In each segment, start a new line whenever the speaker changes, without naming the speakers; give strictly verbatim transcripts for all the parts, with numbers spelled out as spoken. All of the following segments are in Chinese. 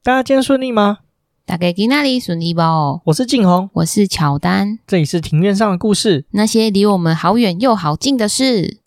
大家今天顺利吗？
大家今天顺利吧？
我是静宏，
我是乔丹，
这里是庭院上的故事，
那些离我们好远又好近的事。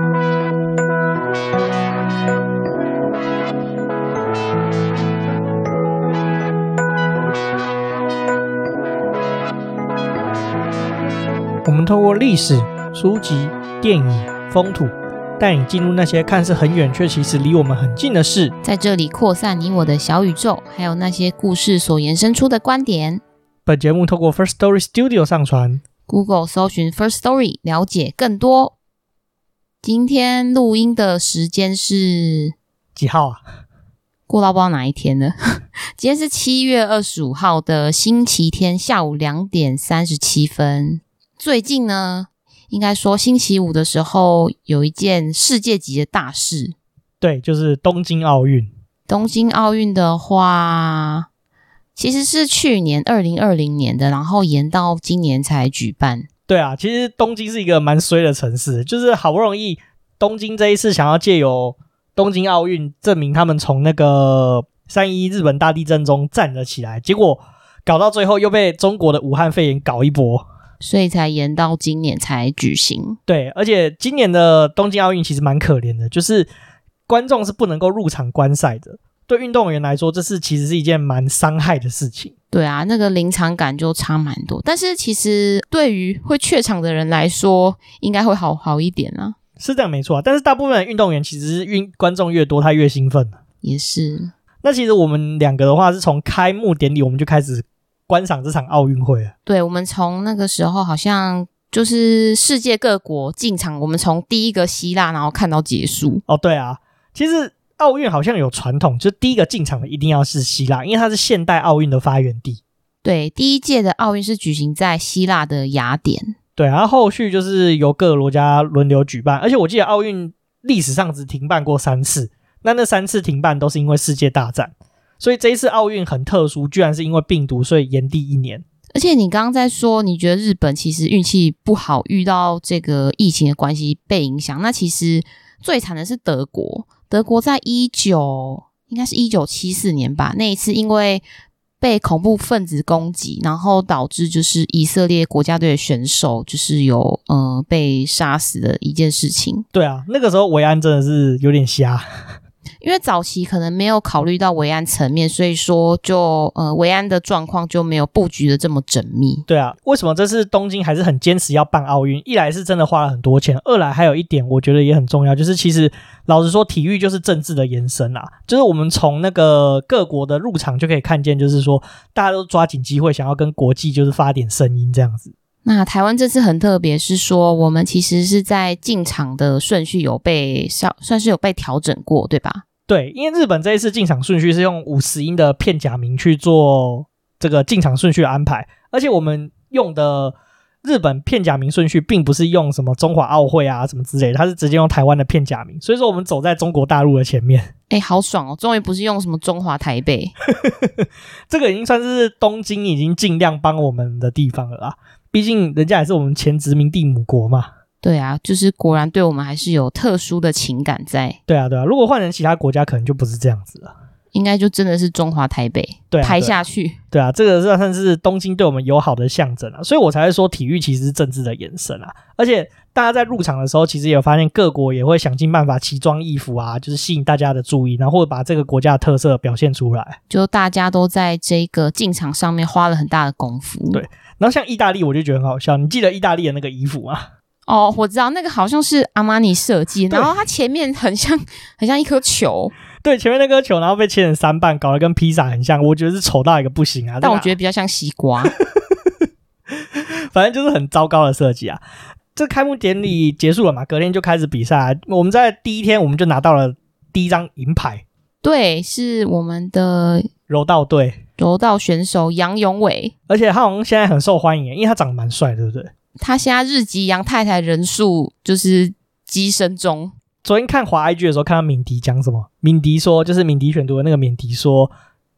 我们透过历史、书籍、电影、风土，带你进入那些看似很远却其实离我们很近的事，
在这里扩散你我的小宇宙，还有那些故事所延伸出的观点。
本节目透过 First Story Studio 上传，
Google 搜寻 First Story 了解更多。今天录音的时间是
几号啊？
过到不知道哪一天了今天是七月二十五号的星期天下午两点三十七分。最近呢，应该说星期五的时候有一件世界级的大事。
对，就是东京奥运。
东京奥运的话其实是去年二零二零年的，然后延到今年才举办。
对啊，其实东京是一个蛮衰的城市，就是好不容易东京这一次想要借由东京奥运证明他们从那个三一日本大地震中站了起来，结果搞到最后又被中国的武汉肺炎搞一波，
所以才延到今年才举行。
对，而且今年的东京奥运其实蛮可怜的，就是观众是不能够入场观赛的，对运动员来说这是其实是一件蛮伤害的事情。
对啊，那个临场感就差蛮多，但是其实对于会怯场的人来说应该会好好一点啊。
是这样没错啊，但是大部分的运动员其实是运观众越多他越兴奋。
也是。
那其实我们两个的话是从开幕典礼我们就开始观赏这场奥运会了。
对，我们从那个时候好像就是世界各国进场，我们从第一个希腊然后看到结束。
哦，对啊，其实奥运好像有传统，就是第一个进场的一定要是希腊，因为它是现代奥运的发源地。
对，第一届的奥运是举行在希腊的雅典。
对，然后后续就是由各个国家轮流举办，而且我记得奥运历史上只停办过三次，那那三次停办都是因为世界大战，所以这一次奥运很特殊，居然是因为病毒所以延第一年。
而且你刚刚在说你觉得日本其实运气不好，遇到这个疫情的关系被影响，那其实最惨的是德国。德国在一九应该是一九七四年吧，那一次因为被恐怖分子攻击，然后导致就是以色列国家队的选手就是有呃被杀死的一件事情。
对啊，那个时候维安真的是有点瞎，
因为早期可能没有考虑到维安层面，所以说就呃维安的状况就没有布局的这么缜密。
对啊，为什么这次东京还是很坚持要办奥运？一来是真的花了很多钱，二来还有一点我觉得也很重要，就是其实老实说体育就是政治的延伸啦，就是我们从那个各国的入场就可以看见，就是说大家都抓紧机会想要跟国际就是发点声音这样子。
那台湾这次很特别，是说我们其实是在进场的顺序有被算是有被调整过，对吧？
对，因为日本这一次进场顺序是用五十音的片假名去做这个进场顺序的安排，而且我们用的日本片假名顺序并不是用什么中华奥会啊什么之类的，它是直接用台湾的片假名，所以说我们走在中国大陆的前面。
哎，好爽哦，终于不是用什么中华台北
这个已经算是东京已经尽量帮我们的地方了啦，毕竟人家也是我们前殖民地母国嘛。
对啊，就是果然对我们还是有特殊的情感在。
对啊对啊，如果换成其他国家可能就不是这样子了，
应该就真的是中华台北
对啊
排下去。
对啊，这个算是东京对我们友好的象征啊，所以我才会说体育其实是政治的延伸啊。而且大家在入场的时候其实也有发现各国也会想尽办法奇装异服啊，就是吸引大家的注意，然后把这个国家的特色表现出来，
就大家都在这个进场上面花了很大的功夫。
对，然后像意大利我就觉得很好笑，你记得意大利的那个衣服吗？
哦，我知道那个好像是阿玛尼设计，然后它前面很像很像一颗球。
对，前面那颗球然后被切成三半，搞得跟披萨很像，我觉得是丑到一个不行啊。
但我觉得比较像西瓜
反正就是很糟糕的设计啊。这开幕典礼结束了嘛，隔天就开始比赛、啊、我们在第一天我们就拿到了第一张银牌。
对，是我们的
柔道队
柔道选手杨永伟，
而且他好像现在很受欢迎，因为他长得蛮帅，对不对？
他现在日籍杨太太人数就是激升中。
昨天看滑 I G 的时候看到敏迪讲什么，敏迪说就是敏迪选读的那个敏迪说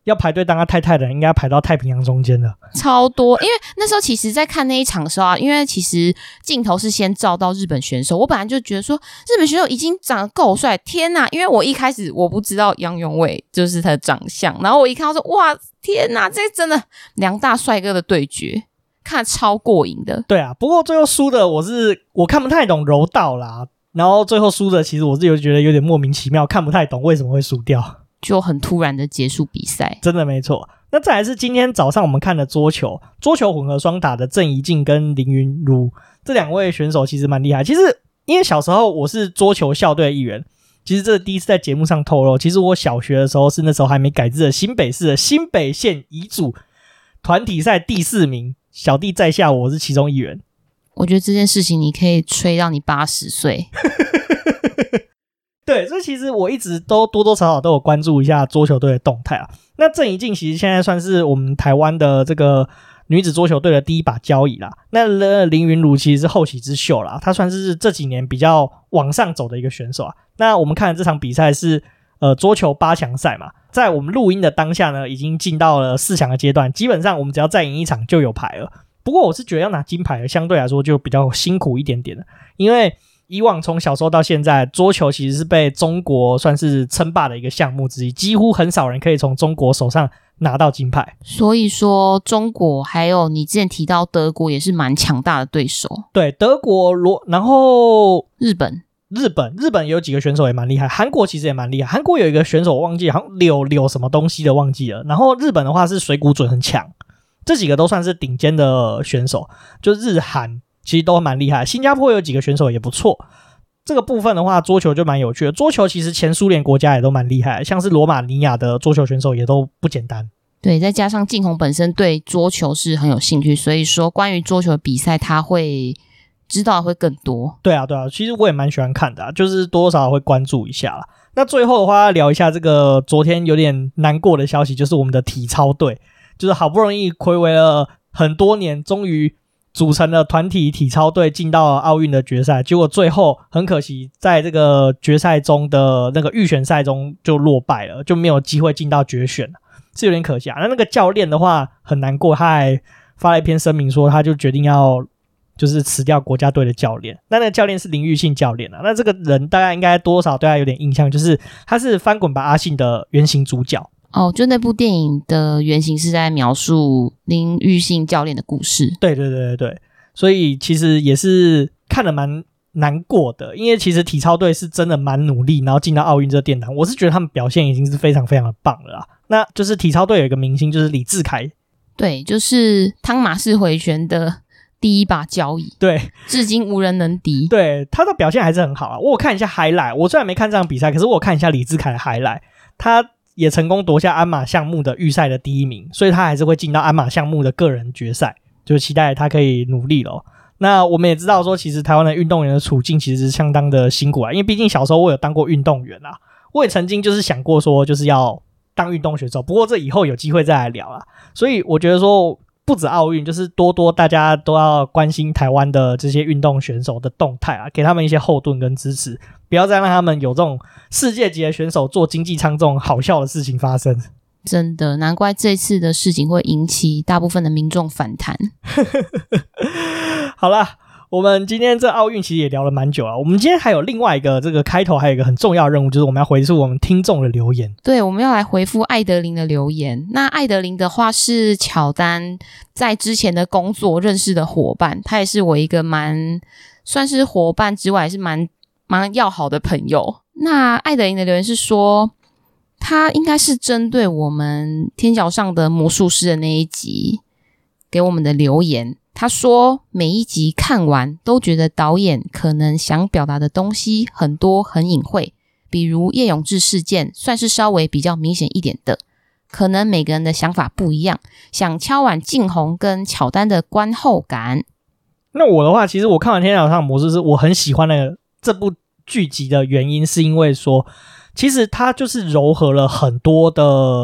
要排队当他太太的人应该排到太平洋中间了，
超多。因为那时候其实在看那一场的时候啊，因为其实镜头是先照到日本选手，我本来就觉得说日本选手已经长得够帅，天哪！因为我一开始我不知道杨永伟就是他的长相，然后我一看到说哇天哪，这真的两大帅哥的对决，看得超过瘾的。
对啊，不过最后输的我是我看不太懂柔道啦，然后最后输的其实我是有觉得有点莫名其妙，看不太懂为什么会输掉，
就很突然的结束比赛。
真的没错。那再来是今天早上我们看的桌球，桌球混合双打的郑怡静跟林昀儒这两位选手其实蛮厉害。其实因为小时候我是桌球校队一员，其实这是第一次在节目上透露，其实我小学的时候是那时候还没改制的新北市的新北县乙组团体赛第四名，小弟在下我是其中一员。
我觉得这件事情你可以吹到你八十岁。
对，所以其实我一直都多多少少都有关注一下桌球队的动态啊。那郑怡静其实现在算是我们台湾的这个女子桌球队的第一把交椅啦。那林昀儒其实是后起之秀啦，她算是这几年比较往上走的一个选手啊。那我们看的这场比赛是呃桌球八强赛嘛，在我们录音的当下呢，已经进到了四强的阶段，基本上我们只要再赢一场就有牌了。不过我是觉得要拿金牌相对来说就比较辛苦一点点的，因为以往从小时候到现在，桌球其实是被中国算是称霸的一个项目之一，几乎很少人可以从中国手上拿到金牌。
所以说中国还有你之前提到德国也是蛮强大的对手。
对，德国罗，然后
日本
日本日本有几个选手也蛮厉害，韩国其实也蛮厉害，韩国有一个选手我忘记好像柳柳什么东西的忘记了，然后日本的话是水谷隼很强，这几个都算是顶尖的选手，就日韩其实都蛮厉害，新加坡有几个选手也不错。这个部分的话，桌球就蛮有趣的。桌球其实前苏联国家也都蛮厉害，像是罗马尼亚的桌球选手也都不简单。
对，再加上靖宏本身对桌球是很有兴趣，所以说关于桌球的比赛他会知道的会更多。
对啊对啊，其实我也蛮喜欢看的啊，就是多多少少会关注一下啦。那最后的话聊一下这个昨天有点难过的消息，就是我们的体操队就是好不容易睽违了很多年，终于组成了团体体操队进到了奥运的决赛，结果最后很可惜在这个决赛中的那个预选赛中就落败了，就没有机会进到决选了，是有点可惜啊。那那个教练的话很难过，他还发了一篇声明说他就决定要就是辞掉国家队的教练。那那个教练是林育信教练啊，那这个人大家应该多少对他有点印象，就是他是翻滚吧阿信的原型主角。
哦，就那部电影的原型是在描述林育信教练的故事。
对对对对对，所以其实也是看得蛮难过的，因为其实体操队是真的蛮努力，然后进到奥运这殿堂，我是觉得他们表现已经是非常非常的棒了啦。那就是体操队有一个明星就是李智凯，
对，就是汤马士回旋的第一把交椅，
对，
至今无人能敌。
对，他的表现还是很好啊。我有看一下 highlight， 我虽然没看这场比赛，可是我有看一下李智凯的 highlight， 他也成功夺下鞍马项目的预赛的第一名，所以他还是会进到鞍马项目的个人决赛，就是期待他可以努力咯。那我们也知道说其实台湾的运动员的处境其实是相当的辛苦啊，因为毕竟小时候我有当过运动员啊，我也曾经就是想过说就是要当运动选手，不过这以后有机会再来聊啦。所以我觉得说不止奥运，就是多多大家都要关心台湾的这些运动选手的动态啊，给他们一些后盾跟支持，不要再让他们有这种世界级的选手做经济舱这种好笑的事情发生。
真的，难怪这次的事情会引起大部分的民众反弹。
好啦，我们今天这奥运其实也聊了蛮久了，我们今天还有另外一个这个开头还有一个很重要的任务，就是我们要回复我们听众的留言。
对，我们要来回复艾德琳的留言。那艾德琳的话是乔丹在之前的工作认识的伙伴，他也是我一个蛮算是伙伴之外也是蛮蛮要好的朋友。那艾德琳的留言是说他应该是针对我们天桥上的魔术师的那一集给我们的留言。他说每一集看完都觉得导演可能想表达的东西很多很隐晦，比如叶永志事件算是稍微比较明显一点的，可能每个人的想法不一样，想敲碗靖宏跟乔丹的观后感。
那我的话其实我看完天桥上的魔术师我很喜欢那个这部剧集的原因是因为说其实它就是糅合了很多的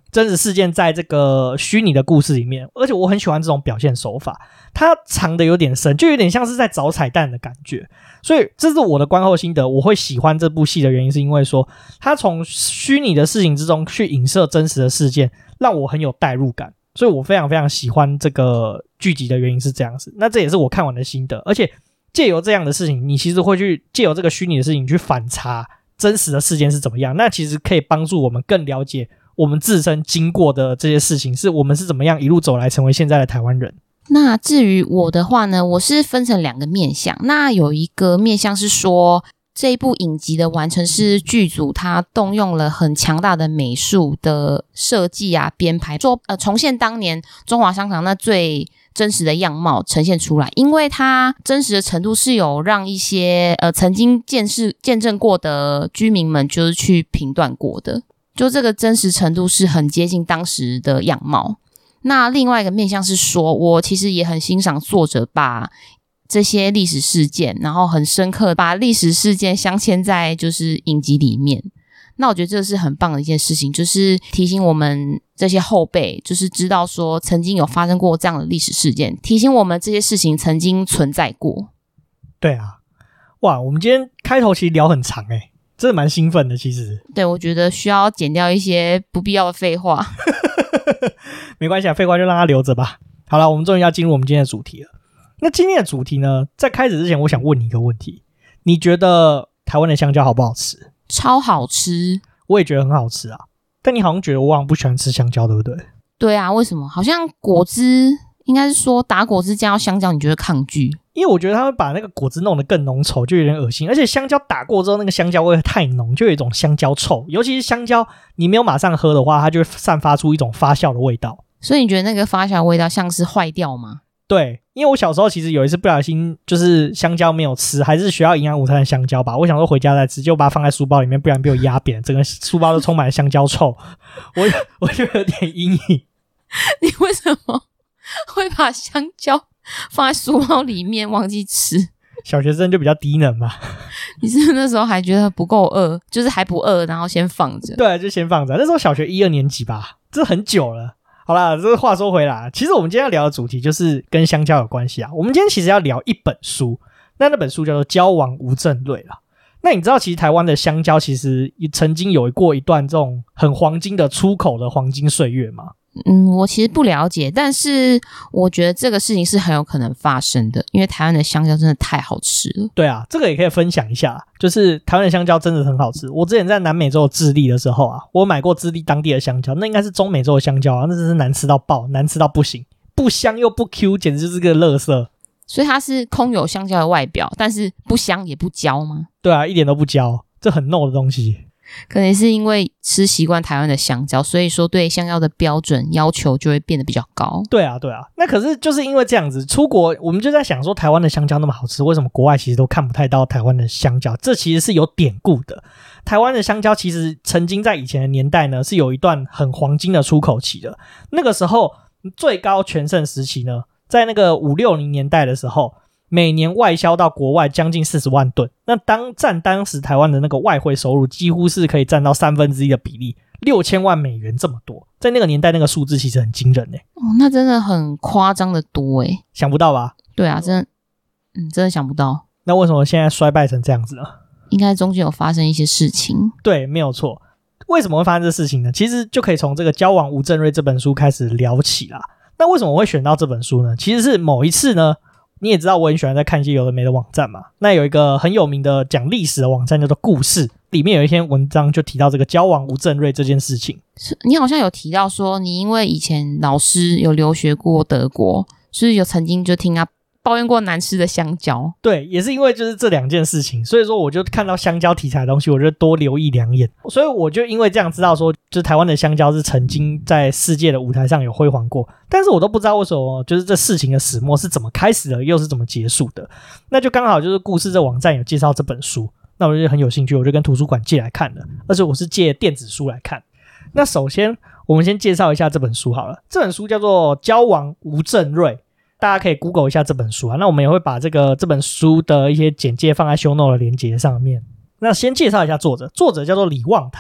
真实事件在这个虚拟的故事里面，而且我很喜欢这种表现手法，它藏的有点深，就有点像是在找彩蛋的感觉，所以这是我的观后心得。我会喜欢这部戏的原因是因为说它从虚拟的事情之中去影射真实的事件，让我很有代入感，所以我非常非常喜欢这个剧集的原因是这样子。那这也是我看完的心得，而且借由这样的事情，你其实会去借由这个虚拟的事情去反查真实的事件是怎么样，那其实可以帮助我们更了解我们自身经过的这些事情，是我们是怎么样一路走来成为现在的台湾人。
那至于我的话呢，我是分成两个面向。那有一个面向是说，这一部影集的完成是剧组它动用了很强大的美术的设计啊、编排，说呃重现当年中华商场那最真实的样貌呈现出来，因为它真实的程度是有让一些呃曾经见识见证过的居民们就是去评断过的。就这个真实程度是很接近当时的样貌。那另外一个面向是说，我其实也很欣赏作者把这些历史事件，然后很深刻把历史事件镶嵌在就是影集里面。那我觉得这是很棒的一件事情，就是提醒我们这些后辈，就是知道说曾经有发生过这样的历史事件，提醒我们这些事情曾经存在过。
对啊，哇，我们今天开头其实聊很长诶、欸真的蛮兴奋的其实。
对，我觉得需要剪掉一些不必要的废话。
没关系啊，废话就让它留着吧。好了，我们终于要进入我们今天的主题了。那今天的主题呢，在开始之前我想问你一个问题，你觉得台湾的香蕉好不好吃？
超好吃。
我也觉得很好吃啊，但你好像觉得我好像不喜欢吃香蕉，对不对？
对啊，为什么？好像果汁应该是说打果汁加到香蕉你觉得抗拒？
因为我觉得他会把那个果汁弄得更浓稠，就有点恶心，而且香蕉打过之后那个香蕉味太浓，就有一种香蕉臭，尤其是香蕉你没有马上喝的话，它就会散发出一种发酵的味道。
所以你觉得那个发酵的味道像是坏掉吗？
对，因为我小时候其实有一次不小心就是香蕉没有吃，还是学校营养午餐的香蕉吧，我想说回家再吃，就把它放在书包里面，不然被我压扁，整个书包都充满了香蕉臭，我我就有点阴影。
你为什么会把香蕉放在书包里面忘记吃？
小学生就比较低能嘛。
你是不是那时候还觉得不够饿，就是还不饿，然后先放着？
对，就先放着。那时候小学一二年级吧，这很久了。好啦，这话说回来，其实我们今天要聊的主题就是跟香蕉有关系啊。我们今天其实要聊一本书，那那本书叫做《交往无正瑞》啦。那你知道其实台湾的香蕉其实曾经有过一段这种很黄金的出口的黄金岁月吗？
嗯，我其实不了解，但是我觉得这个事情是很有可能发生的，因为台湾的香蕉真的太好吃了。
对啊，这个也可以分享一下，就是台湾的香蕉真的很好吃。我之前在南美洲智利的时候啊，我买过智利当地的香蕉，那应该是中美洲的香蕉啊，那真是难吃到爆，难吃到不行，不香又不 Q， 简直就是个垃圾。
所以它是空有香蕉的外表，但是不香也不焦吗？
对啊，一点都不焦，这很糯的东西。
可能是因为吃习惯台湾的香蕉，所以说对香蕉的标准要求就会变得比较高。
对啊对啊，那可是就是因为这样子，出国我们就在想说台湾的香蕉那么好吃，为什么国外其实都看不太到台湾的香蕉？这其实是有典故的。台湾的香蕉其实曾经在以前的年代呢，是有一段很黄金的出口期的。那个时候最高全盛时期呢，在那个五六零年代的时候，每年外销到国外将近四十万吨，那当占当时台湾的那个外汇收入几乎是可以占到三分之一的比例，六千万美元这么多，在那个年代那个数字其实很惊人耶。
哦，那真的很夸张的多耶。
想不到吧？
对啊，真的，嗯，真的想不到。
那为什么现在衰败成这样子呢？
应该中间有发生一些事情。
对，没有错。为什么会发生这事情呢？其实就可以从这个《交往无正瑞》这本书开始聊起啦。那为什么我会选到这本书呢？其实是某一次呢，你也知道我很喜欢在看一些有的没的网站嘛，那有一个很有名的讲历史的网站叫做故事，里面有一篇文章就提到这个交往无正瑞这件事情。
你好像有提到说你因为以前老师有留学过德国，所以有曾经就听他抱怨过难吃的香蕉。
对，也是因为就是这两件事情，所以说我就看到香蕉题材的东西我就多留意两眼，所以我就因为这样知道说就是台湾的香蕉是曾经在世界的舞台上有辉煌过，但是我都不知道为什么就是这事情的始末是怎么开始的又是怎么结束的。那就刚好就是故事这网站有介绍这本书，那我就很有兴趣，我就跟图书馆借来看了，而且我是借电子书来看。那首先我们先介绍一下这本书好了，这本书叫做《交往无正瑞》，大家可以 Google 一下这本书啊。那我们也会把这个这本书的一些简介放在 show note 的连结上面。那先介绍一下作者，作者叫做李旺台。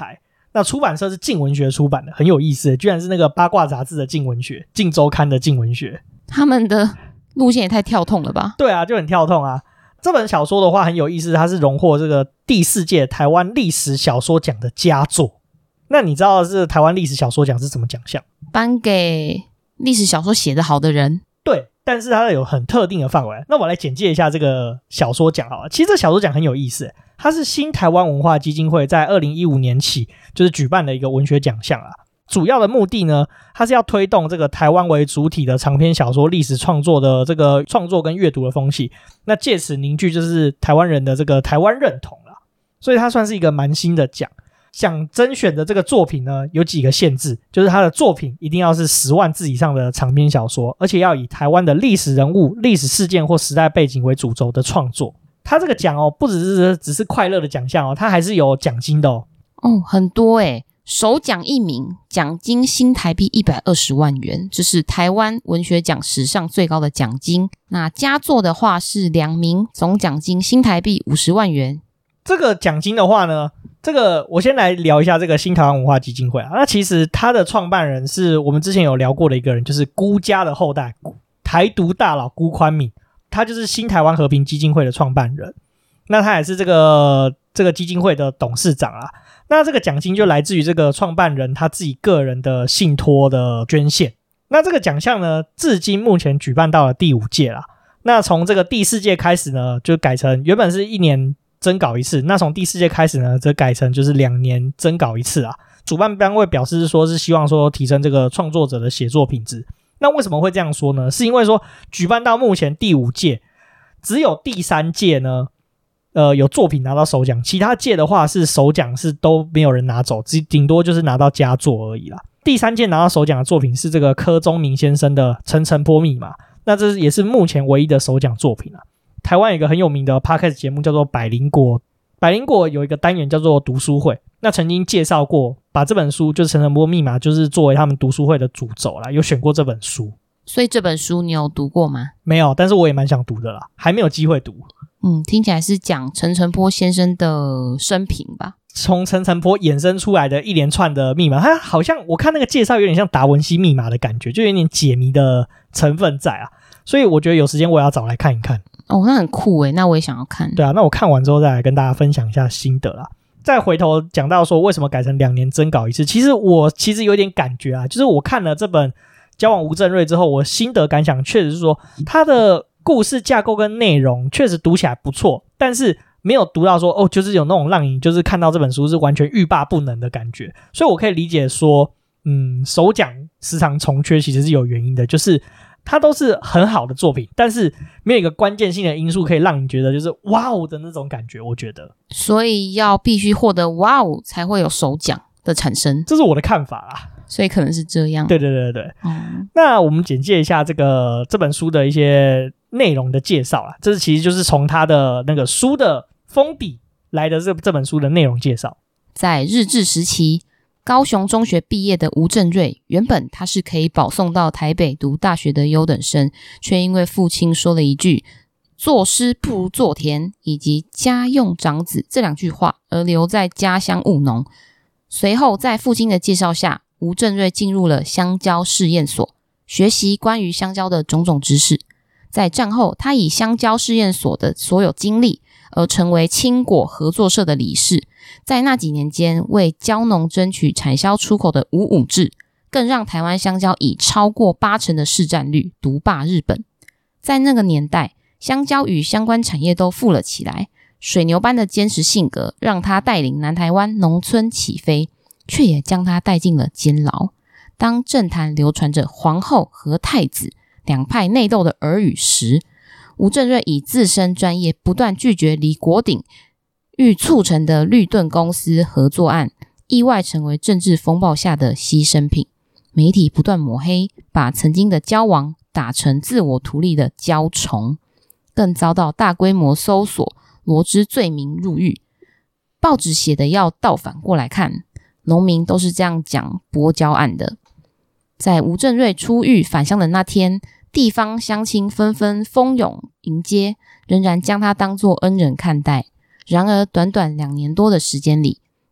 那出版社是静文学出版的，很有意思，居然是那个八卦杂志的静文学，静周刊的静文学。
他们的路线也太跳痛了吧？
对啊，就很跳痛啊。这本小说的话很有意思，它是荣获这个第四届台湾历史小说奖的佳作。那你知道是台湾历史小说奖是什么奖项？
颁给历史小说写得好的人。
对，但是它有很特定的范围。那我来简介一下这个小说奖好了。其实这小说奖很有意思，它是新台湾文化基金会在二零一五年起就是举办的一个文学奖项啊。主要的目的呢，它是要推动这个台湾为主体的长篇小说历史创作的这个创作跟阅读的风气，那借此凝聚就是台湾人的这个台湾认同啦。所以它算是一个蛮新的奖。想甄选的这个作品呢，有几个限制，就是他的作品一定要是十万字以上的长篇小说，而且要以台湾的历史人物、历史事件或时代背景为主轴的创作。他这个奖哦，不只是只是快乐的奖项哦，他还是有奖金的哦。
哦，很多耶。首奖一名，奖金新台币一百二十万元，这是台湾文学奖史上最高的奖金。那佳作的话是两名，总奖金新台币五十万元。
这个奖金的话呢，这个我先来聊一下这个新台湾文化基金会啊。那其实他的创办人是我们之前有聊过的一个人，就是辜家的后代，台独大佬辜宽敏，他就是新台湾和平基金会的创办人。那他也是这个这个基金会的董事长啊。那这个奖金就来自于这个创办人他自己个人的信托的捐献。那这个奖项呢，至今目前举办到了第五届啦。那从这个第四届开始呢，就改成原本是一年征稿一次，那从第四届开始呢，则改成就是两年征稿一次啊。主办单位表示说是希望说提升这个创作者的写作品质。那为什么会这样说呢？是因为说举办到目前第五届，只有第三届呢呃，有作品拿到首奖，其他届的话是首奖是都没有人拿走，只顶多就是拿到佳作而已啦。第三届拿到首奖的作品是这个柯宗明先生的《陈澄波密码》，那这也是目前唯一的首奖作品啦。台湾有一个很有名的 Podcast 节目叫做百灵果，百灵果有一个单元叫做读书会，那曾经介绍过，把这本书就是《陈澄波密码》就是作为他们读书会的主轴啦，有选过这本书。
所以这本书你有读过吗？
没有，但是我也蛮想读的啦，还没有机会读。
嗯，听起来是讲陈澄波先生的生平吧，
从陈澄波衍生出来的一连串的密码，它好像我看那个介绍有点像达文西密码的感觉，就有点解谜的成分在啊，所以我觉得有时间我也要找来看一看。
哦，那很酷耶，那我也想要看。
对啊，那我看完之后再来跟大家分享一下心得啦。再回头讲到说为什么改成两年征稿一次，其实我其实有点感觉啊，就是我看了这本交往吴正瑞之后，我心得感想确实是说他的故事架构跟内容确实读起来不错，但是没有读到说哦，就是有那种让你就是看到这本书是完全欲罢不能的感觉。所以我可以理解说嗯，首奖时常重缺其实是有原因的，就是它都是很好的作品，但是没有一个关键性的因素可以让你觉得就是哇哦的那种感觉，我觉得
所以要必须获得哇哦才会有首奖的产生，
这是我的看法啦。
所以可能是这样。
对对对对、
嗯、
那我们简介一下这个这本书的一些内容的介绍啦，这是其实就是从他的那个书的封底来的 这, 这本书的内容介绍。
在日治时期，高雄中学毕业的吴正瑞，原本他是可以保送到台北读大学的优等生，却因为父亲说了一句作诗不如作田以及家用长子这两句话而留在家乡务农。随后在父亲的介绍下，吴正瑞进入了香蕉试验所，学习关于香蕉的种种知识。在战后，他以香蕉试验所的所有经历而成为青果合作社的理事，在那几年间为蕉农争取产销出口的五五制，更让台湾香蕉以超过八成的市占率独霸日本。在那个年代，香蕉与相关产业都富了起来，水牛般的坚持性格让他带领南台湾农村起飞，却也将他带进了监牢。当政坛流传着皇后和太子两派内斗的耳语时，吴正瑞以自身专业不断拒绝李国鼎欲促成的绿盾公司合作案，意外成为政治风暴下的牺牲品。媒体不断抹黑，把曾经的蕉王打成自我图利的蕉虫，更遭到大规模搜索，罗织罪名入狱。报纸写的要倒反过来看，农民都是这样讲剥蕉案的。在吴正瑞出狱返乡的那天，地方乡亲纷纷蜂拥迎接，仍然将他当作恩人看待。然而短短两年多的时间里，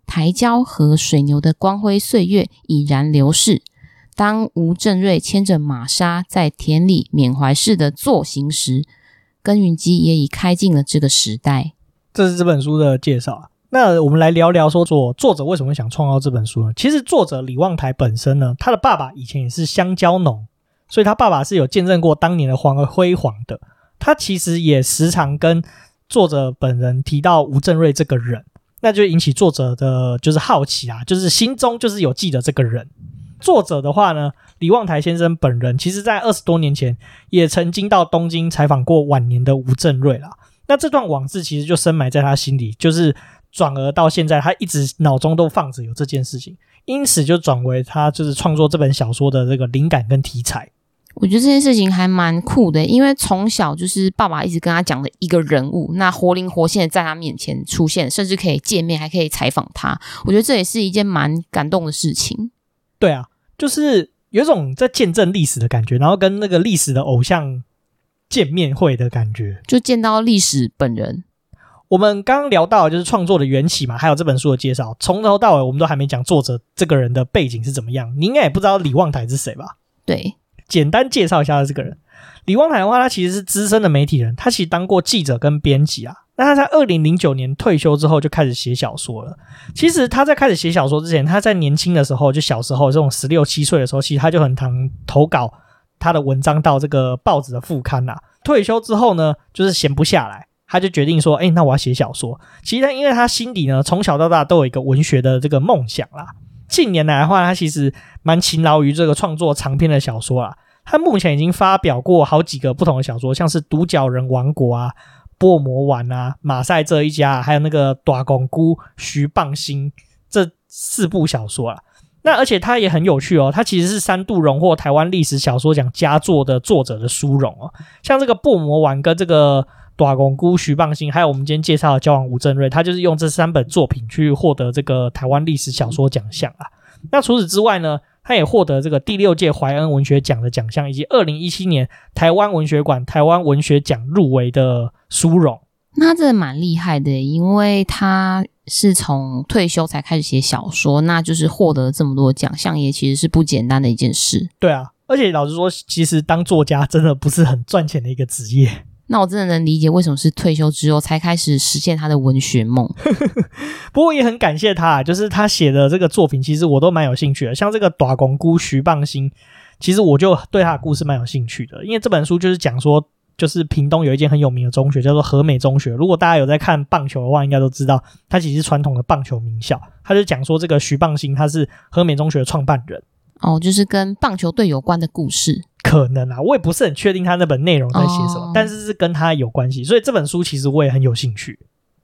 台椒和水牛的光辉岁月已然流逝。当吴正瑞牵着马莎在田里缅怀式的坐行时，耕耘机也已开进了这个时代。
这是这本书的介绍啊。那我们来聊聊说作作者为什么会想创造这本书呢？其实作者李旺台本身呢，他的爸爸以前也是香蕉农，所以他爸爸是有见证过当年的黄而辉煌的。他其实也时常跟作者本人提到吴正瑞这个人，那就引起作者的就是好奇啊，就是心中就是有记得这个人。作者的话呢，李旺台先生本人其实在二十多年前也曾经到东京采访过晚年的吴正瑞啦。那这段往事其实就深埋在他心里，就是转而到现在他一直脑中都放着有这件事情，因此就转为他就是创作这本小说的这个灵感跟题材。
我觉得这件事情还蛮酷的，因为从小就是爸爸一直跟他讲的一个人物，那活灵活现的在他面前出现，甚至可以见面还可以采访他，我觉得这也是一件蛮感动的事情。
对啊，就是有一种在见证历史的感觉，然后跟那个历史的偶像见面会的感觉，
就见到历史本人。
我们刚刚聊到的就是创作的缘起嘛，还有这本书的介绍，从头到尾我们都还没讲作者这个人的背景是怎么样。你应该也不知道李旺台是谁吧？
对，
简单介绍一下这个人。李旺台的话，他其实是资深的媒体人，他其实当过记者跟编辑啊。那他在二零零九年退休之后就开始写小说了。其实他在开始写小说之前，他在年轻的时候，就小时候这种十六七岁的时候，其实他就很常投稿他的文章到这个报纸的副刊啊。退休之后呢，就是闲不下来，他就决定说，哎，那我要写小说。其实他因为他心里呢，从小到大都有一个文学的这个梦想啦。近年来的话，他其实蛮勤劳于这个创作长篇的小说啦。他目前已经发表过好几个不同的小说，像是独角人王国啊、波尔摩丸啊、马赛这一家、啊、还有那个大公姑、徐蚌星这四部小说啦。那而且他也很有趣哦，他其实是三度荣获台湾历史小说奖佳作的作者的殊荣哦。像这个波尔摩丸跟这个大公姑、徐蚌星，还有我们今天介绍的交往吴正瑞，他就是用这三本作品去获得这个台湾历史小说奖项啊。那除此之外呢，他也获得这个第六届怀恩文学奖的奖项，以及二零一七年台湾文学馆台湾文学奖入围的殊荣。
那这蛮厉害的，因为他是从退休才开始写小说，那就是获得这么多奖项，也其实是不简单的一件事。
对啊，而且老实说，其实当作家真的不是很赚钱的一个职业。
那我真的能理解为什么是退休之后才开始实现他的文学梦。
不过也很感谢他，就是他写的这个作品其实我都蛮有兴趣的，像这个大公姑、徐蚌星，其实我就对他的故事蛮有兴趣的，因为这本书就是讲说，就是屏东有一间很有名的中学叫做和美中学，如果大家有在看棒球的话应该都知道，它其实是传统的棒球名校。他就讲说这个徐蚌星他是和美中学的创办人。
哦，就是跟棒球队有关的故事。
可能啊，我也不是很确定他那本内容在写什么、哦、但是是跟他有关系，所以这本书其实我也很有兴趣。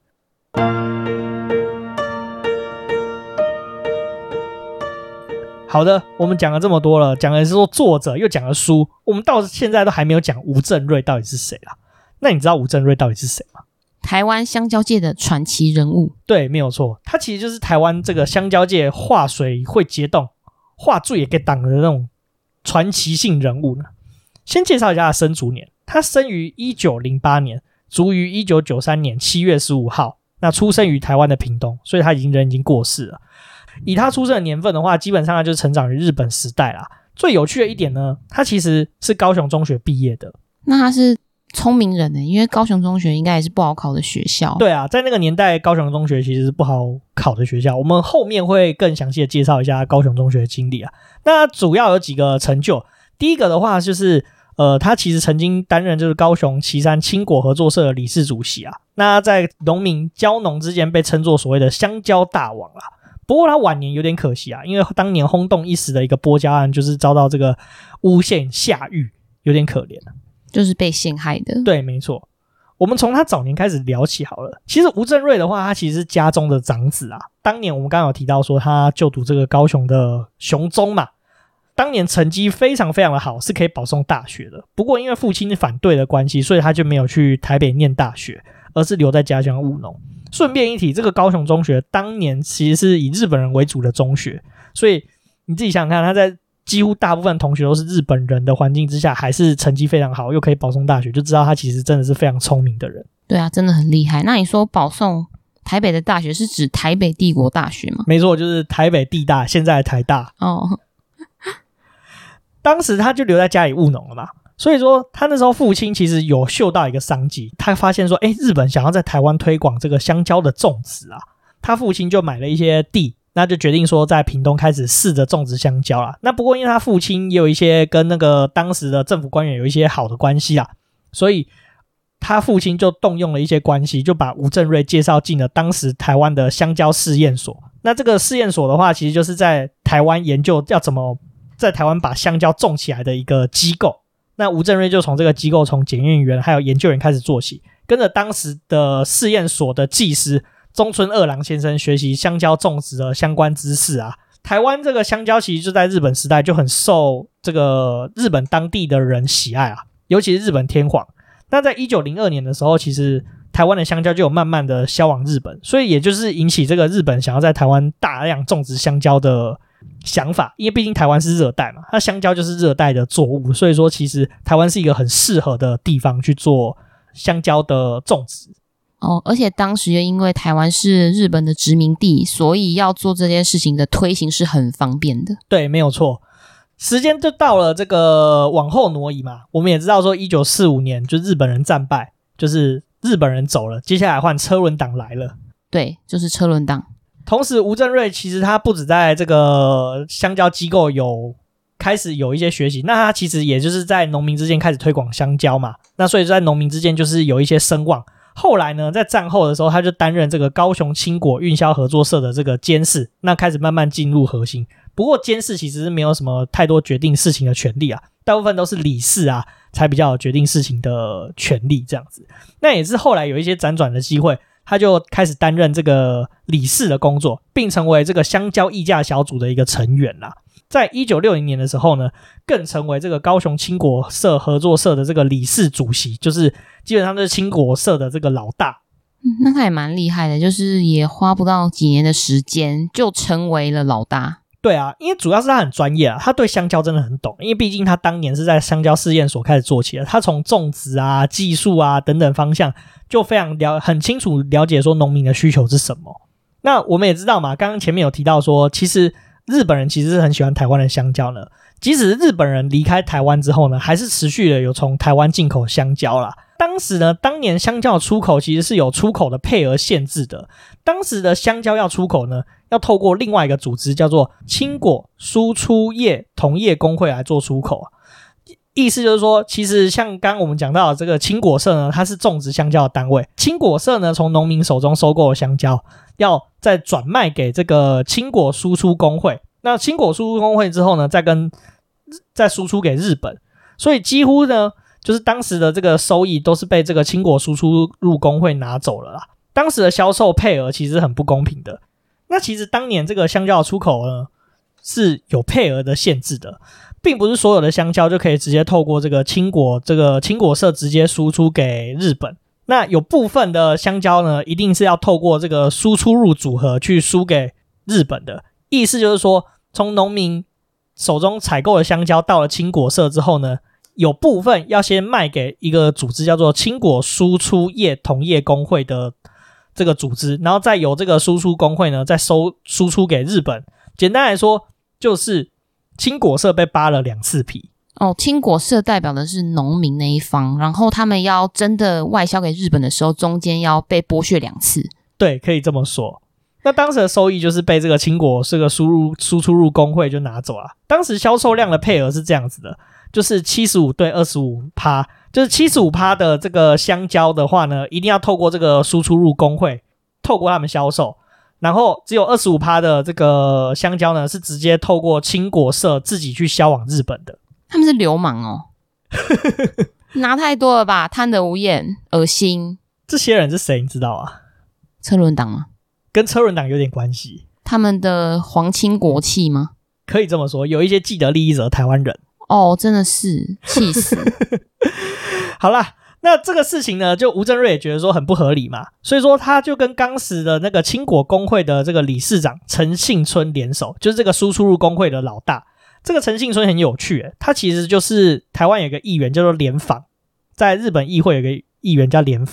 好的，我们讲了这么多了，讲的是说作者，又讲了书，我们到现在都还没有讲吴正瑞到底是谁啦。那你知道吴正瑞到底是谁吗？
台湾香蕉界的传奇人物。
对，没有错，他其实就是台湾这个香蕉界画水会结冻、画水也给挡的那种传奇性人物呢。先介绍一下他的生卒年，他生于一九零八年，卒于一九九三年七月十五号，那出生于台湾的屏东，所以他已经人已经过世了。以他出生的年份的话，基本上他就是成长于日本时代啦。最有趣的一点呢，他其实是高雄中学毕业的。
那他是聪明人呢，因为高雄中学应该也是不好考的学校。
对啊，在那个年代高雄中学其实是不好考的学校，我们后面会更详细的介绍一下高雄中学的经历啊。那主要有几个成就，第一个的话就是呃，他其实曾经担任就是高雄旗山青果合作社的理事主席啊。那在农民蕉农之间被称作所谓的香蕉大王啊。不过他晚年有点可惜啊，因为当年轰动一时的一个剥蕉案就是遭到这个诬陷下狱，有点可怜啊，
就是被陷害的。
对，没错。我们从他早年开始聊起好了。其实吴正瑞的话，他其实是家中的长子啊。当年我们刚刚有提到说他就读这个高雄的雄中嘛，当年成绩非常非常的好，是可以保送大学的。不过因为父亲反对的关系，所以他就没有去台北念大学，而是留在家乡务农。顺便一提，这个高雄中学当年其实是以日本人为主的中学，所以你自己想想看，他在几乎大部分同学都是日本人的环境之下，还是成绩非常好，又可以保送大学，就知道他其实真的是非常聪明的人。
对啊，真的很厉害。那你说保送台北的大学是指台北帝国大学吗？
没错，就是台北帝大，现在的台大。
哦，
当时他就留在家里务农了嘛，所以说他那时候父亲其实有嗅到一个商机，他发现说，哎，日本想要在台湾推广这个香蕉的种植啊，他父亲就买了一些地，那就决定说在屏东开始试着种植香蕉啦。那不过因为他父亲也有一些跟那个当时的政府官员有一些好的关系啦，所以他父亲就动用了一些关系，就把吴振瑞介绍进了当时台湾的香蕉试验所。那这个试验所的话，其实就是在台湾研究要怎么在台湾把香蕉种起来的一个机构。那吴振瑞就从这个机构，从检验员还有研究员开始做起，跟着当时的试验所的技师中村二郎先生学习香蕉种植的相关知识啊。台湾这个香蕉其实就在日本时代就很受这个日本当地的人喜爱啊，尤其是日本天皇。那在一九零二年的时候，其实台湾的香蕉就有慢慢的销往日本，所以也就是引起这个日本想要在台湾大量种植香蕉的想法。因为毕竟台湾是热带嘛，它香蕉就是热带的作物，所以说其实台湾是一个很适合的地方去做香蕉的种植。
哦，而且当时又因为台湾是日本的殖民地，所以要做这件事情的推行是很方便的。
对，没有错。时间就到了这个往后挪移嘛，我们也知道说一九四五年就日本人战败，就是日本人走了，接下来换车轮党来了。
对，就是车轮党。
同时吴振瑞其实他不止在这个香蕉机构有开始有一些学习，那他其实也就是在农民之间开始推广香蕉嘛，那所以在农民之间就是有一些声望。后来呢，在战后的时候，他就担任这个高雄青果运销合作社的这个监事，那开始慢慢进入核心。不过监事其实是没有什么太多决定事情的权利啊，大部分都是理事啊才比较有决定事情的权利这样子。那也是后来有一些辗转的机会，他就开始担任这个理事的工作，并成为这个香蕉议价小组的一个成员啦。在一九六零年的时候呢，更成为这个高雄青果社合作社的这个理事主席，就是基本上就是青果社的这个老大。
嗯，那他也蛮厉害的，就是也花不到几年的时间就成为了老大。
对啊，因为主要是他很专业啊，他对香蕉真的很懂，因为毕竟他当年是在香蕉试验所开始做起的，他从种植啊、技术啊等等方向就非常了很清楚了解说农民的需求是什么。那我们也知道嘛，刚刚前面有提到说，其实日本人其实是很喜欢台湾的香蕉呢，即使日本人离开台湾之后呢，还是持续的有从台湾进口香蕉啦。当时呢，当年香蕉出口其实是有出口的配额限制的。当时的香蕉要出口呢，要透过另外一个组织叫做青果输出业同业工会来做出口。意思就是说，其实像刚刚我们讲到的这个青果社呢，它是种植香蕉的单位。青果社呢，从农民手中收购的香蕉，要再转卖给这个青果输出工会。那青果输出工会之后呢，再跟再输出给日本。所以几乎呢，就是当时的这个收益都是被这个青果输出入工会拿走了啦。当时的销售配额其实很不公平的。那其实当年这个香蕉的出口呢，是有配额的限制的，并不是所有的香蕉就可以直接透过这个青果这个青果社直接输出给日本。那有部分的香蕉呢，一定是要透过这个输出入组合去输给日本的。意思就是说，从农民手中采购的香蕉到了青果社之后呢，有部分要先卖给一个组织叫做青果输出业同业工会的这个组织，然后再由这个输出工会呢再收输出给日本。简单来说，就是青果社被扒了两次皮。
哦，青果社代表的是农民那一方，然后他们要真的外销给日本的时候，中间要被剥削两次。
对，可以这么说。那当时的收益就是被这个青果这个输入输出入工会就拿走了。当时销售量的配额是这样子的，就是七十五对 二十五趴， 就是 七十五趴 的这个香蕉的话呢，一定要透过这个输出入工会透过他们销售，然后只有 二十五趴 的这个香蕉呢是直接透过青果社自己去销往日本的。
他们是流氓哦拿太多了吧，贪得无厌，恶心。
这些人是谁你知道啊？
车轮党吗？
跟车轮党有点关系。
他们的皇亲国戚吗？
可以这么说，有一些既得利益者台湾人。
哦，真的是气死
好啦，那这个事情呢，就吴振瑞也觉得说很不合理嘛，所以说他就跟当时的那个青果工会的这个理事长陈幸春联手，就是这个输出入工会的老大。这个陈幸春很有趣耶，他其实就是台湾有一个议员叫做连访，在日本议会有一个议员叫连访。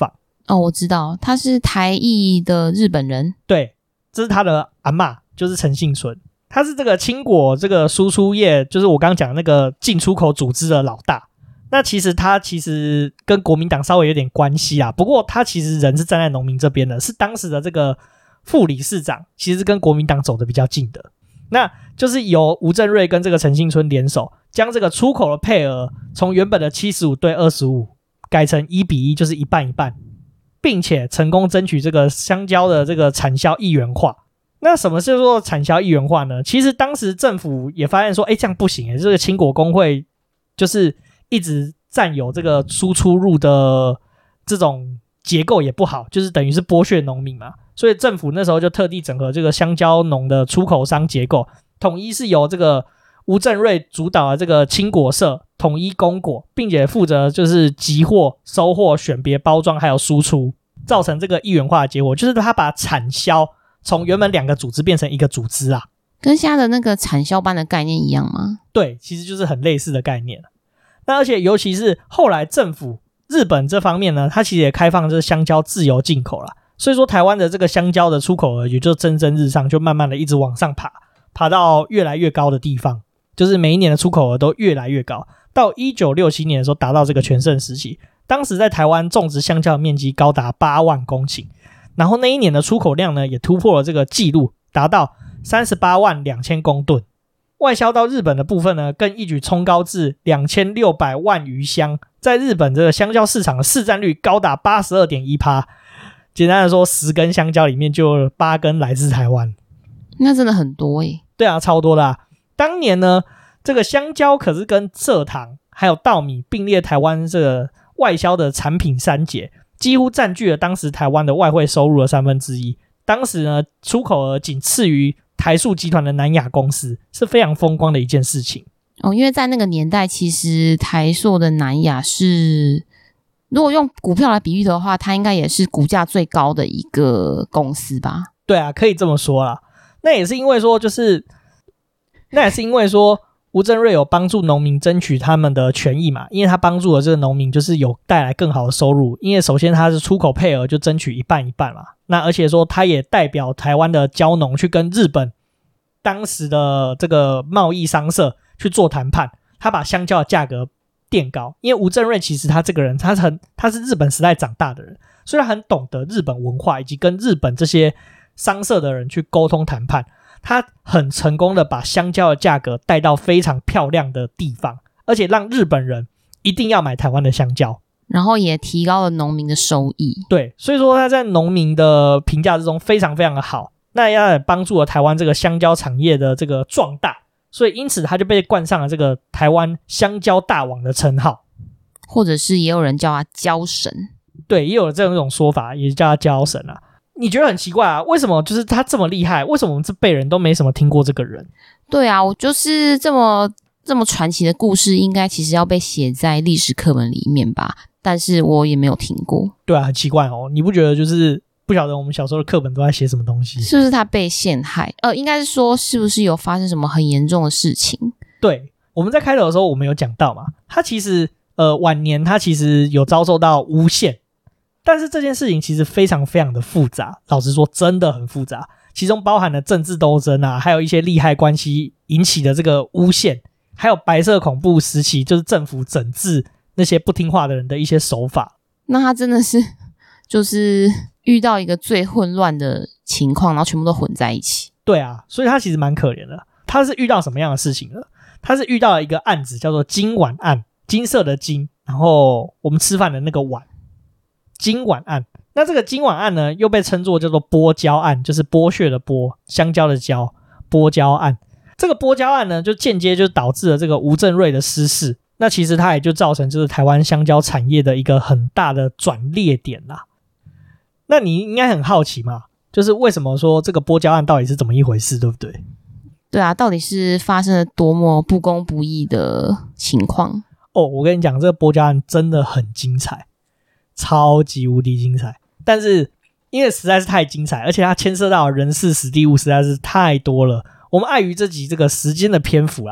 哦，我知道，他是台裔的日本人。
对，这是他的阿嬷，就是陈幸存。他是这个青果这个输出业，就是我刚刚讲的那个进出口组织的老大。那其实他其实跟国民党稍微有点关系啦，不过他其实人是站在农民这边的，是当时的这个副理事长，其实跟国民党走得比较近的。那就是由吴振瑞跟这个陈幸春联手，将这个出口的配额从原本的七十五对二十五改成一比一，就是一半一半，并且成功争取这个香蕉的这个产销一元化。那什么叫做产销一元化呢？其实当时政府也发现说，哎，这样不行，这个青果工会就是一直占有这个输出入的这种结构也不好，就是等于是剥削农民嘛。所以政府那时候就特地整合这个香蕉农的出口商结构，统一是由这个吴振瑞主导的这个青果社统一供果，并且负责就是集货、收货、选别、包装还有输出，造成这个一元化的结果，就是他把产销从原本两个组织变成一个组织啊，
跟现在的那个产销班的概念一样吗？
对，其实就是很类似的概念。那而且尤其是后来政府日本这方面呢，它其实也开放就是香蕉自由进口啦，所以说台湾的这个香蕉的出口额也就蒸蒸日上，就慢慢的一直往上爬，爬到越来越高的地方，就是每一年的出口额都越来越高。到一九六七年的时候达到这个全盛时期，当时在台湾种植香蕉的面积高达八万公顷，然后那一年的出口量呢也突破了这个纪录，达到三十八万两千公吨。外销到日本的部分呢更一举冲高至两千六百万余箱，在日本这个香蕉市场的市占率高达 百分之八十二点一。 简单的说，十根香蕉里面就八根来自台湾，
那真的很多耶。
对啊，超多的啊。当年呢这个香蕉可是跟蔗糖还有稻米并列台湾这个外销的产品三节，几乎占据了当时台湾的外汇收入的三分之一。当时呢出口额仅次于台塑集团的南亚公司，是非常风光的一件事情
哦。因为在那个年代，其实台塑的南亚是，如果用股票来比喻的话，它应该也是股价最高的一个公司吧？
对啊，可以这么说啦。那也是因为说，就是那也是因为说，吴振瑞有帮助农民争取他们的权益嘛，因为他帮助了这个农民，就是有带来更好的收入。因为首先他是出口配额就争取一半一半嘛，那而且说他也代表台湾的蕉农去跟日本当时的这个贸易商社去做谈判，他把香蕉的价格垫高。因为吴振瑞其实他这个人，他很他是日本时代长大的人，所以他很懂得日本文化以及跟日本这些商社的人去沟通谈判。他很成功的把香蕉的价格带到非常漂亮的地方，而且让日本人一定要买台湾的香蕉，
然后也提高了农民的收益。
对，所以说他在农民的评价之中非常非常的好，那也帮助了台湾这个香蕉产业的这个壮大，所以因此他就被冠上了这个台湾香蕉大王的称号，
或者是也有人叫他蕉神。
对，也有这种说法，也叫他蕉神啊。你觉得很奇怪啊？为什么就是他这么厉害？为什么我们这辈人都没什么听过这个人？
对啊，我就是这么这么传奇的故事，应该其实要被写在历史课本里面吧？但是我也没有听过。
对啊，很奇怪哦。你不觉得就是不晓得我们小时候的课本都在写什么东西？
是不是他被陷害？呃，应该是说是不是有发生什么很严重的事情？
对，我们在开头的时候我们有讲到嘛，他其实呃晚年他其实有遭受到诬陷。但是这件事情其实非常非常的复杂，老实说真的很复杂，其中包含了政治斗争啊，还有一些利害关系引起的这个诬陷，还有白色恐怖时期就是政府整治那些不听话的人的一些手法。
那他真的是就是遇到一个最混乱的情况，然后全部都混在一起。
对啊，所以他其实蛮可怜的。他是遇到什么样的事情呢？他是遇到了一个案子叫做金碗案，金色的金，然后我们吃饭的那个碗，金碗案。那这个金碗案呢又被称作叫做剥蕉案，就是剥削的剥，香蕉的蕉，剥蕉案。这个剥蕉案呢就间接就导致了这个吴振瑞的失势，那其实它也就造成就是台湾香蕉产业的一个很大的转捩点啦。那你应该很好奇嘛，就是为什么说这个剥蕉案到底是怎么一回事，对不对？
对啊，到底是发生了多么不公不义的情况？
哦，我跟你讲，这个剥蕉案真的很精彩，超级无敌精彩。但是因为实在是太精彩，而且它牵涉到人事时地物实在是太多了，我们碍于这集这个时间的篇幅啦，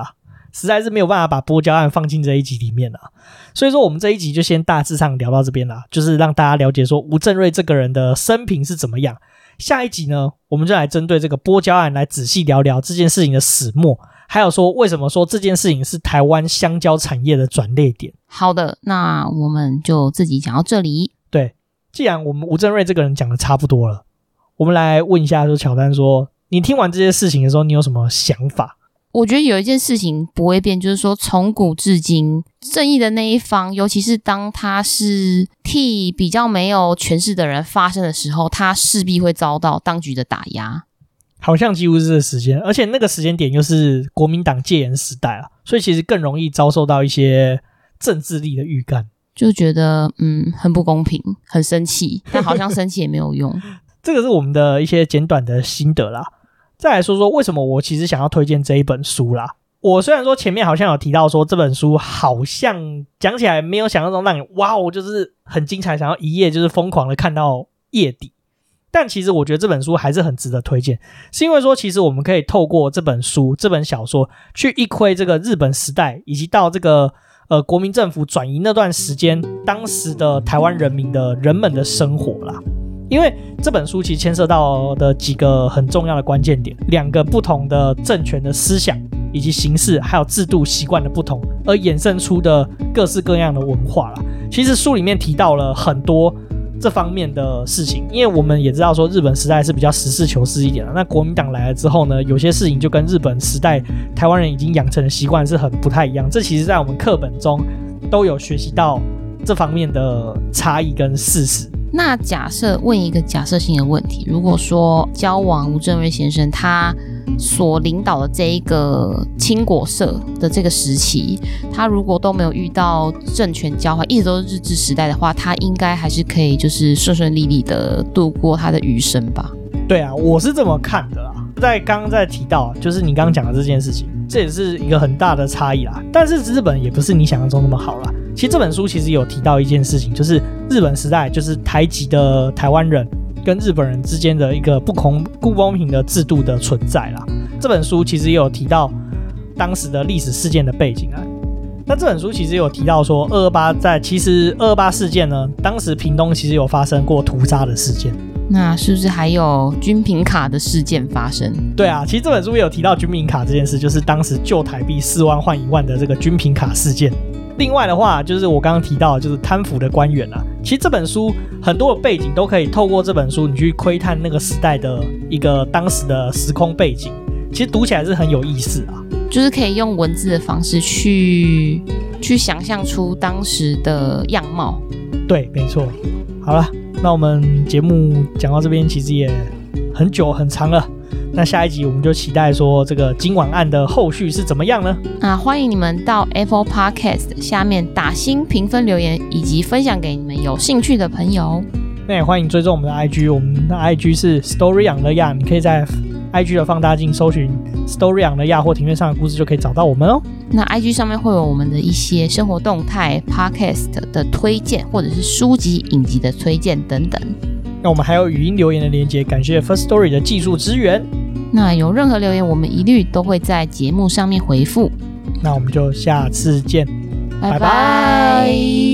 实在是没有办法把波交案放进这一集里面啦。所以说我们这一集就先大致上聊到这边啦，就是让大家了解说吴振瑞这个人的生平是怎么样。下一集呢，我们就来针对这个波交案来仔细聊聊这件事情的始末，还有说为什么说这件事情是台湾香蕉产业的转捩点。
好的，那我们就自己讲到这里。
对，既然我们吴振瑞这个人讲的差不多了，我们来问一下说乔丹说，你听完这些事情的时候你有什么想法？
我觉得有一件事情不会变，就是说从古至今正义的那一方，尤其是当他是替比较没有权势的人发声的时候，他势必会遭到当局的打压。
好像几乎是这个时间，而且那个时间点又是国民党戒严时代啊，所以其实更容易遭受到一些政治力的预干，
就觉得嗯很不公平，很生气，但好像生气也没有用。
这个是我们的一些简短的心得啦。再来说说为什么我其实想要推荐这一本书啦。我虽然说前面好像有提到说这本书好像讲起来没有想象中让你哇哦就是很精彩，想要一页就是疯狂的看到页底，但其实我觉得这本书还是很值得推荐，是因为说其实我们可以透过这本书这本小说去一窥这个日本时代，以及到这个呃国民政府转移那段时间当时的台湾人民的人们的生活啦。因为这本书其实牵涉到的几个很重要的关键点，两个不同的政权的思想以及形式还有制度习惯的不同而衍生出的各式各样的文化啦。其实书里面提到了很多这方面的事情，因为我们也知道说日本时代是比较实事求是一点的，那国民党来了之后呢，有些事情就跟日本时代台湾人已经养成的习惯是很不太一样，这其实在我们课本中都有学习到这方面的差异跟事实。
那假设问一个假设性的问题，如果说交往吴振瑞先生他所领导的这一个青果社的这个时期，他如果都没有遇到政权交换，一直都是日治时代的话，他应该还是可以就是顺顺利利的度过他的余生吧。
对啊，我是这么看的啦。在刚刚在提到就是你刚刚讲的这件事情，这也是一个很大的差异啦。但是日本也不是你想象中那么好啦。其实这本书其实有提到一件事情，就是日本时代就是台籍的台湾人跟日本人之间的一个不公不公平的制度的存在啦。这本书其实也有提到当时的历史事件的背景啊。那这本书其实有提到说二二八在其实二二八事件呢，当时屏东其实有发生过屠杀的事件。
那是不是还有军品卡的事件发生？
对啊，其实这本书也有提到军品卡这件事，就是当时旧台币四万换一万的这个军品卡事件。另外的话，就是我刚刚提到的就是贪腐的官员啊。其实这本书很多的背景都可以透过这本书你去窥探那个时代的一个当时的时空背景，其实读起来是很有意思啊。
就是可以用文字的方式去去想象出当时的样貌。
对，没错。好了，那我们节目讲到这边其实也很久很长了，那下一集我们就期待说这个今晚案的后续是怎么样呢？
那欢迎你们到 Apple Podcast 下面打星评分留言，以及分享给你们有兴趣的朋友。
那也欢迎追踪我们的 I G， 我们的 I G 是 Story on the Yard， 你可以在 I G 的放大镜搜寻 Story on the Yard 或庭院上的故事就可以找到我们哦。
那 I G 上面会有我们的一些生活动态、Podcast 的推荐，或者是书籍、影集的推荐等等。
那我们还有语音留言的连结，感谢 First Story 的技术支援。
那有任何留言，我们一律都会在节目上面回复。
那我们就下次见，
拜拜。